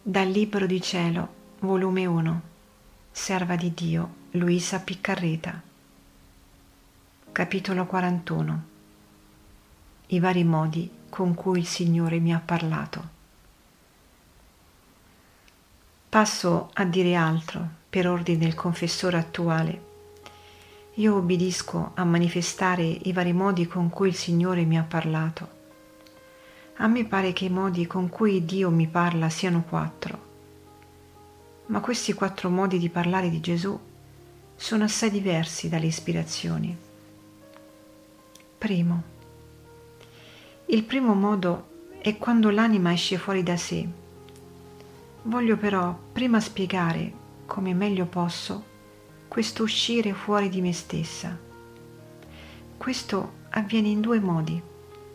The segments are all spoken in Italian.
Dal Libro di Cielo, volume 1, Serva di Dio, Luisa Piccarreta. Capitolo 41. I vari modi con cui il Signore mi ha parlato. Passo a dire altro per ordine del confessore attuale. Io obbedisco a manifestare i vari modi con cui il Signore mi ha parlato. A me pare che i modi con cui Dio mi parla siano 4. Ma questi 4 modi di parlare di Gesù sono assai diversi dalle ispirazioni. Primo. Il primo modo è quando l'anima esce fuori da sé. Voglio però prima spiegare, come meglio posso, questo uscire fuori di me stessa. Questo avviene in 2 modi.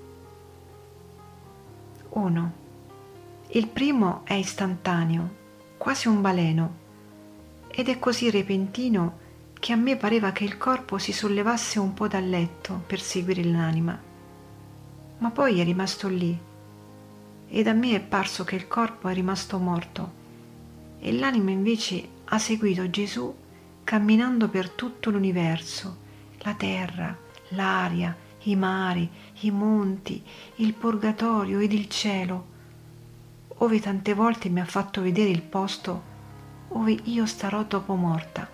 1. Il primo è istantaneo, quasi un baleno, ed è così repentino che a me pareva che il corpo si sollevasse un po' dal letto per seguire l'anima, ma poi è rimasto lì, ed a me è parso che il corpo è rimasto morto, e l'anima invece ha seguito Gesù camminando per tutto l'universo, la terra, l'aria, i mari, i monti, il purgatorio ed il cielo, ove tante volte mi ha fatto vedere il posto ove io starò dopo morta.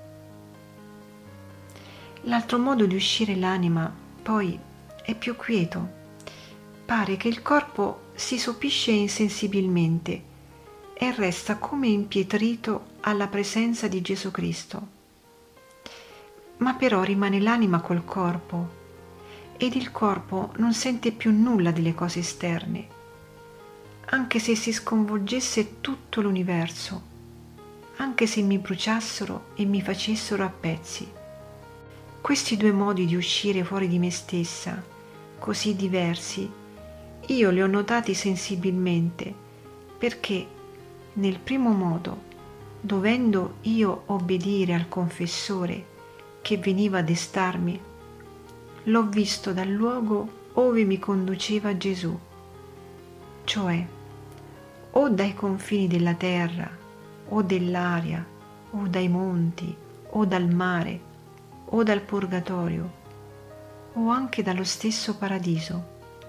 L'altro modo di uscire l'anima, poi, è più quieto. Pare che il corpo si sopisce insensibilmente e resta come impietrito alla presenza di Gesù Cristo. Ma però rimane l'anima col corpo, ed il corpo non sente più nulla delle cose esterne, anche se si sconvolgesse tutto l'universo, anche se mi bruciassero e mi facessero a pezzi. Questi 2 modi di uscire fuori di me stessa, così diversi, io li ho notati sensibilmente, perché nel primo modo, dovendo io obbedire al confessore che veniva a destarmi, l'ho visto dal luogo ove mi conduceva Gesù, cioè o dai confini della terra, o dell'aria, o dai monti, o dal mare, o dal purgatorio, o anche dallo stesso paradiso.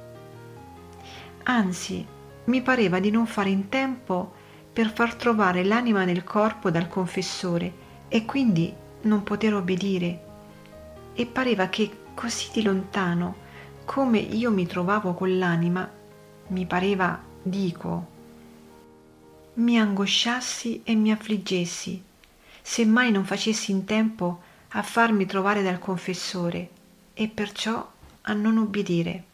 Anzi, mi pareva di non fare in tempo per far trovare l'anima nel corpo dal confessore e quindi non poter obbedire, e pareva che così di lontano come io mi trovavo con l'anima, mi pareva, dico, mi angosciassi e mi affliggessi, se mai non facessi in tempo a farmi trovare dal confessore e perciò a non obbedire.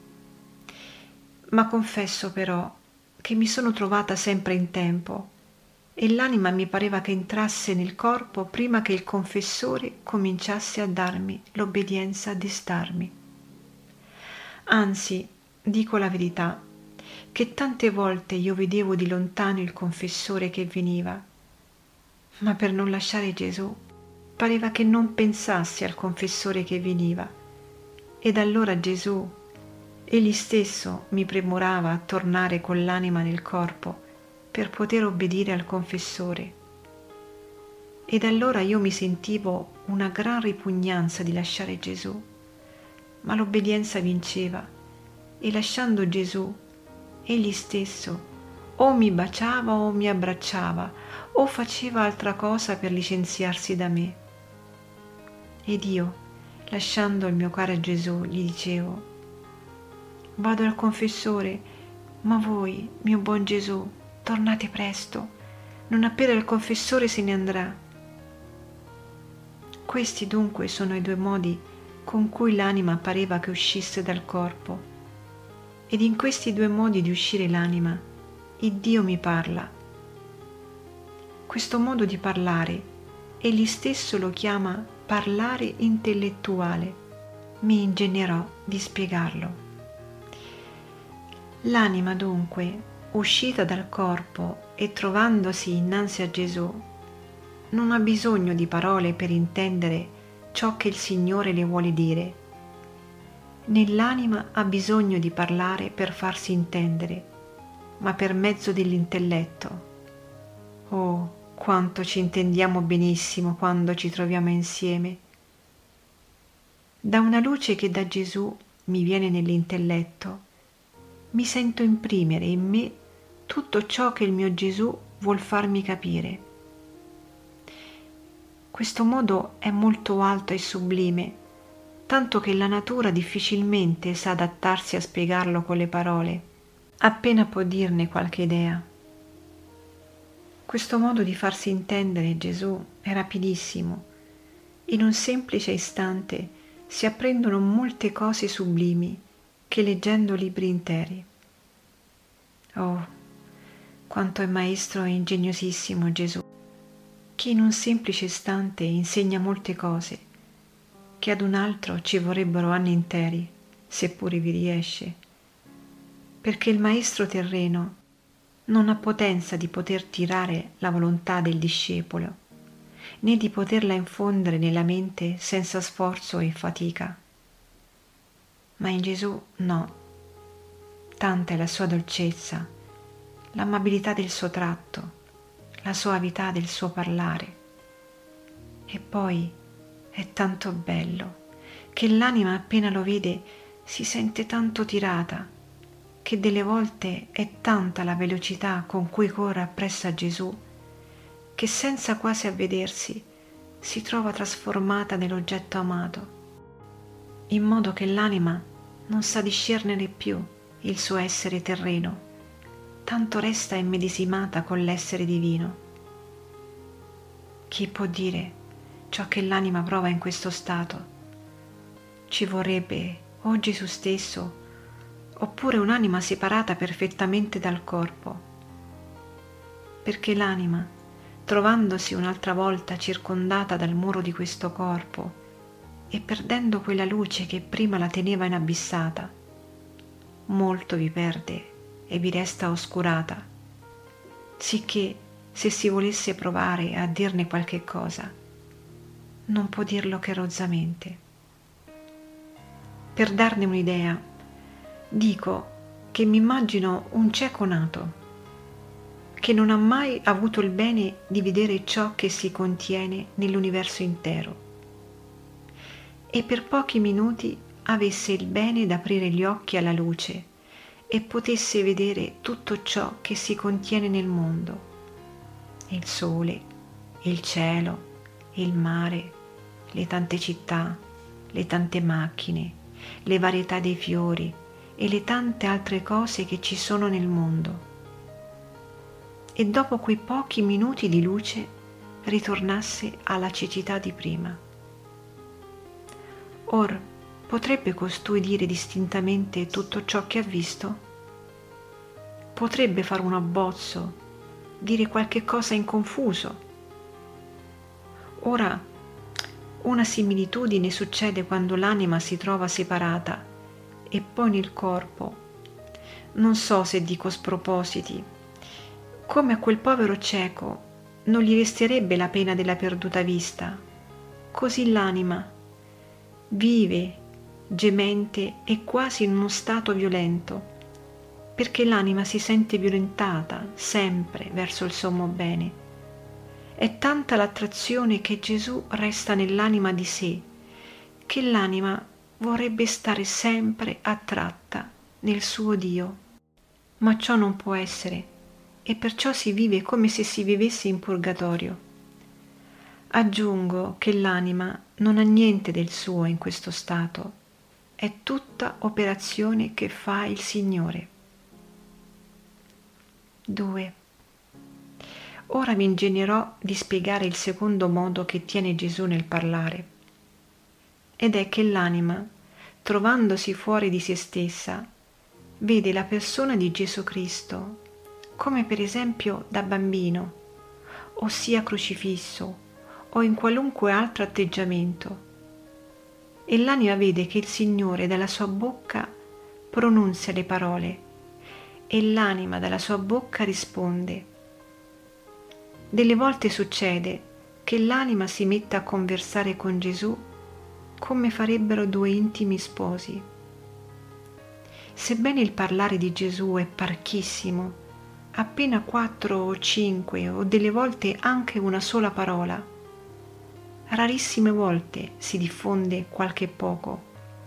Ma confesso però che mi sono trovata sempre in tempo e l'anima mi pareva che entrasse nel corpo prima che il confessore cominciasse a darmi l'obbedienza a destarmi. Anzi, dico la verità, che tante volte io vedevo di lontano il confessore che veniva, ma per non lasciare Gesù pareva che non pensassi al confessore che veniva, ed allora Gesù, egli stesso, mi premurava a tornare con l'anima nel corpo per poter obbedire al confessore. Ed allora io mi sentivo una gran ripugnanza di lasciare Gesù, ma l'obbedienza vinceva, e lasciando Gesù, egli stesso o mi baciava o mi abbracciava o faceva altra cosa per licenziarsi da me. Ed io, lasciando il mio caro Gesù, gli dicevo: vado al confessore, ma voi, mio buon Gesù, tornate presto, non appena il confessore se ne andrà. Questi dunque sono i 2 modi con cui l'anima pareva che uscisse dal corpo, ed in questi 2 modi di uscire l'anima, il Dio mi parla. Questo modo di parlare, egli stesso lo chiama parlare intellettuale. Mi ingegnerò di spiegarlo. L'anima dunque, uscita dal corpo e trovandosi innanzi a Gesù, non ha bisogno di parole per intendere ciò che il Signore le vuole dire. Nell'anima ha bisogno di parlare per farsi intendere, ma per mezzo dell'intelletto. Oh, quanto ci intendiamo benissimo quando ci troviamo insieme. Da una luce che da Gesù mi viene nell'intelletto, mi sento imprimere in me tutto ciò che il mio Gesù vuol farmi capire. Questo modo è molto alto e sublime, tanto che la natura difficilmente sa adattarsi a spiegarlo con le parole, appena può dirne qualche idea. Questo modo di farsi intendere Gesù è rapidissimo. In un semplice istante si apprendono molte cose sublimi che leggendo libri interi. Oh, quanto è maestro e ingegnosissimo Gesù, che in un semplice istante insegna molte cose, che ad un altro ci vorrebbero anni interi, seppure vi riesce, perché il maestro terreno non ha potenza di poter tirare la volontà del discepolo, né di poterla infondere nella mente senza sforzo e fatica. Ma in Gesù no. Tanta è la sua dolcezza, l'amabilità del suo tratto, la soavità del suo parlare. E poi è tanto bello che l'anima appena lo vede si sente tanto tirata, che delle volte è tanta la velocità con cui corre appresso a Gesù, che senza quasi avvedersi si trova trasformata nell'oggetto amato, in modo che l'anima non sa discernere più il suo essere terreno, tanto resta immedesimata con l'essere divino. Chi può dire ciò che l'anima prova in questo stato? Ci vorrebbe o Gesù stesso, oppure un'anima separata perfettamente dal corpo, perché l'anima, trovandosi un'altra volta circondata dal muro di questo corpo e perdendo quella luce che prima la teneva inabissata, molto vi perde e vi resta oscurata, sicché se si volesse provare a dirne qualche cosa, non può dirlo che rozzamente. Per darne un'idea, dico che mi immagino un cieco nato, che non ha mai avuto il bene di vedere ciò che si contiene nell'universo intero, e per pochi minuti avesse il bene d'aprire gli occhi alla luce e potesse vedere tutto ciò che si contiene nel mondo, il sole, il cielo, il mare, le tante città, le tante macchine, le varietà dei fiori e le tante altre cose che ci sono nel mondo. E dopo quei pochi minuti di luce ritornasse alla cecità di prima. Or potrebbe costui dire distintamente tutto ciò che ha visto? Potrebbe fare un abbozzo, dire qualche cosa in confuso? Ora, una similitudine succede quando l'anima si trova separata e poi nel corpo. Non so se dico spropositi. Come a quel povero cieco non gli resterebbe la pena della perduta vista, così l'anima vive, gemente e quasi in uno stato violento, perché l'anima si sente violentata sempre verso il sommo bene. È tanta l'attrazione che Gesù resta nell'anima di sé, che l'anima vorrebbe stare sempre attratta nel suo Dio. Ma ciò non può essere, e perciò si vive come se si vivesse in purgatorio. Aggiungo che l'anima non ha niente del suo in questo stato, è tutta operazione che fa il Signore. 2. Ora vi ingegnerò di spiegare il secondo modo che tiene Gesù nel parlare, ed è che l'anima, trovandosi fuori di se stessa, vede la persona di Gesù Cristo come per esempio da bambino, ossia crocifisso o in qualunque altro atteggiamento, e l'anima vede che il Signore dalla sua bocca pronunzia le parole e l'anima dalla sua bocca risponde. Delle volte succede che l'anima si metta a conversare con Gesù come farebbero due intimi sposi. Sebbene il parlare di Gesù è parchissimo appena 4 o 5 o delle volte anche una sola parola. Rarissime volte si diffonde qualche poco,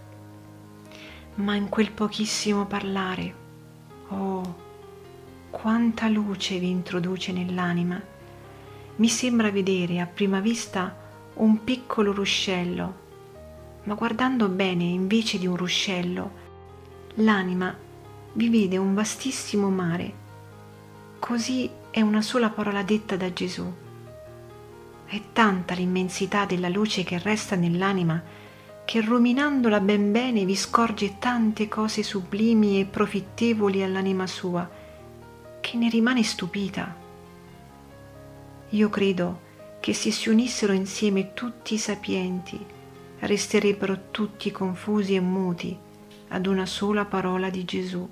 ma in quel pochissimo parlare, oh, quanta luce vi introduce nell'anima. Mi sembra vedere a prima vista un piccolo ruscello, ma guardando bene, invece di un ruscello, l'anima vi vede un vastissimo mare. Così è una sola parola detta da Gesù. È tanta l'immensità della luce che resta nell'anima che ruminandola ben bene vi scorge tante cose sublimi e profittevoli all'anima sua, che ne rimane stupita. Io credo che se si unissero insieme tutti i sapienti, resterebbero tutti confusi e muti ad una sola parola di Gesù.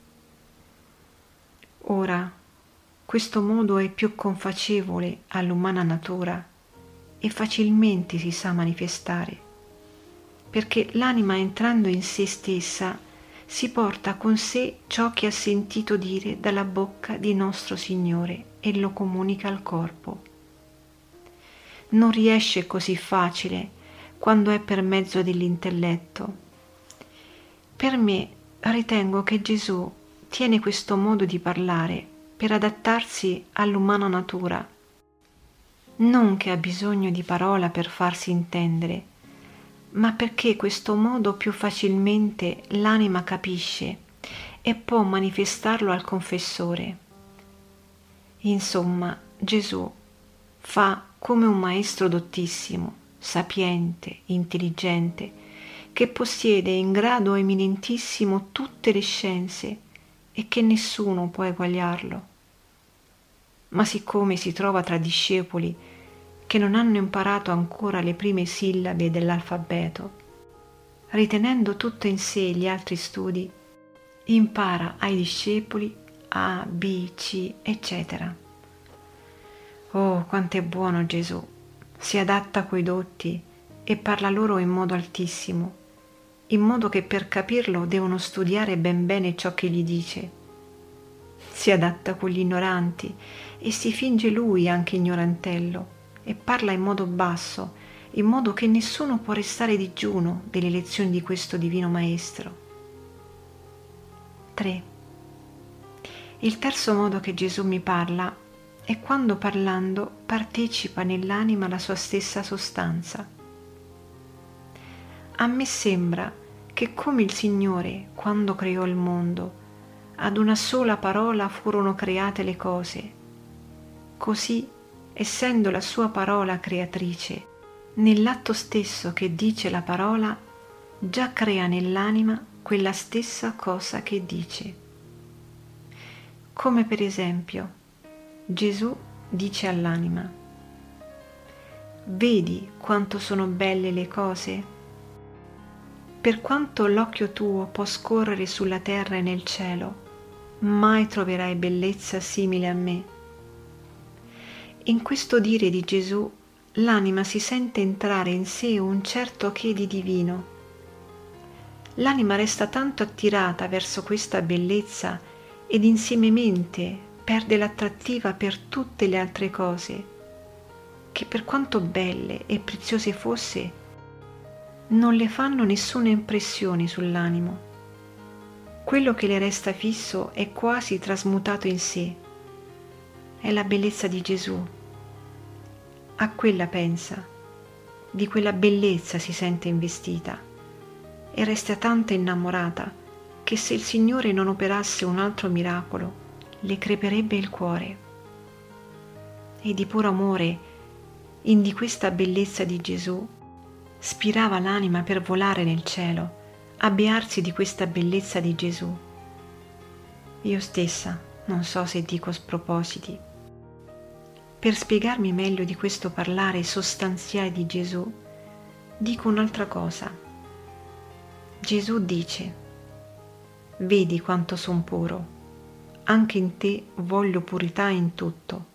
Ora, questo modo è più confacevole all'umana natura e facilmente si sa manifestare, perché l'anima entrando in se stessa si porta con sé ciò che ha sentito dire dalla bocca di nostro Signore e lo comunica al corpo. Non riesce così facile quando è per mezzo dell'intelletto. Per me ritengo che Gesù tiene questo modo di parlare per adattarsi all'umana natura, non che ha bisogno di parola per farsi intendere, ma perché questo modo più facilmente l'anima capisce e può manifestarlo al confessore. Insomma, Gesù fa come un maestro dottissimo, sapiente, intelligente, che possiede in grado eminentissimo tutte le scienze e che nessuno può eguagliarlo. Ma siccome si trova tra discepoli che non hanno imparato ancora le prime sillabe dell'alfabeto, ritenendo tutto in sé gli altri studi, impara ai discepoli A, B, C, eccetera. Oh, quanto è buono Gesù! Si adatta coi dotti e parla loro in modo altissimo, in modo che per capirlo devono studiare ben bene ciò che gli dice. Si adatta con gli ignoranti e si finge lui anche ignorantello e parla in modo basso, in modo che nessuno può restare digiuno delle lezioni di questo divino maestro. 3. Il terzo modo che Gesù mi parla è quando parlando partecipa nell'anima la sua stessa sostanza. A me sembra che come il Signore, quando creò il mondo, ad una sola parola furono create le cose, così, essendo la sua parola creatrice, nell'atto stesso che dice la parola, già crea nell'anima quella stessa cosa che dice. Come per esempio, Gesù dice all'anima: vedi quanto sono belle le cose? Per quanto l'occhio tuo può scorrere sulla terra e nel cielo, mai troverai bellezza simile a me. In questo dire di Gesù, l'anima si sente entrare in sé un certo che di divino. L'anima resta tanto attirata verso questa bellezza ed insiememente perde l'attrattiva per tutte le altre cose, che per quanto belle e preziose fosse, non le fanno nessuna impressione sull'animo. Quello che le resta fisso è quasi trasmutato in sé. È la bellezza di Gesù. A quella pensa, di quella bellezza si sente investita e resta tanto innamorata che se il Signore non operasse un altro miracolo, le creperebbe il cuore. E di puro amore, in di questa bellezza di Gesù, spirava l'anima per volare nel cielo, a bearsi di questa bellezza di Gesù. Io stessa non so se dico spropositi. Per spiegarmi meglio di questo parlare sostanziale di Gesù, dico un'altra cosa. Gesù dice: vedi quanto son puro, anche in te voglio purità in tutto.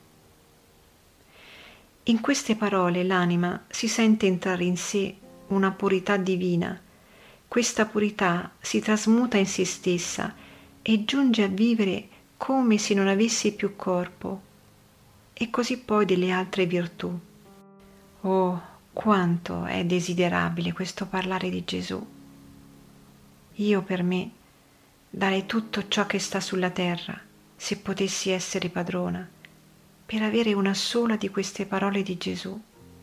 In queste parole l'anima si sente entrare in sé una purità divina. Questa purità si trasmuta in se stessa e giunge a vivere come se non avessi più corpo, e così poi delle altre virtù. Oh, quanto è desiderabile questo parlare di Gesù! Io per me darei tutto ciò che sta sulla terra, se potessi essere padrona, per avere una sola di queste parole di Gesù.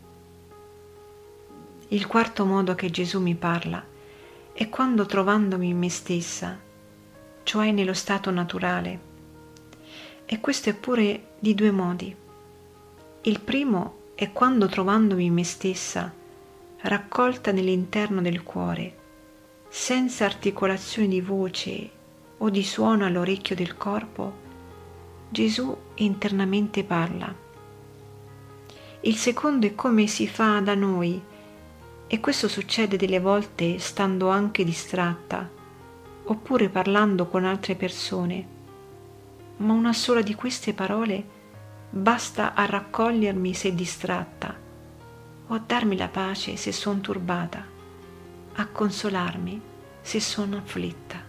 Il quarto modo che Gesù mi parla è quando, trovandomi in me stessa, cioè nello stato naturale. E questo è pure di due modi. Il primo è quando, trovandomi in me stessa, raccolta nell'interno del cuore, senza articolazione di voce o di suono all'orecchio del corpo, Gesù internamente parla. Il secondo è come si fa da noi, e questo succede delle volte stando anche distratta, oppure parlando con altre persone, ma una sola di queste parole basta a raccogliermi se distratta, o a darmi la pace se son turbata, a consolarmi se sono afflitta.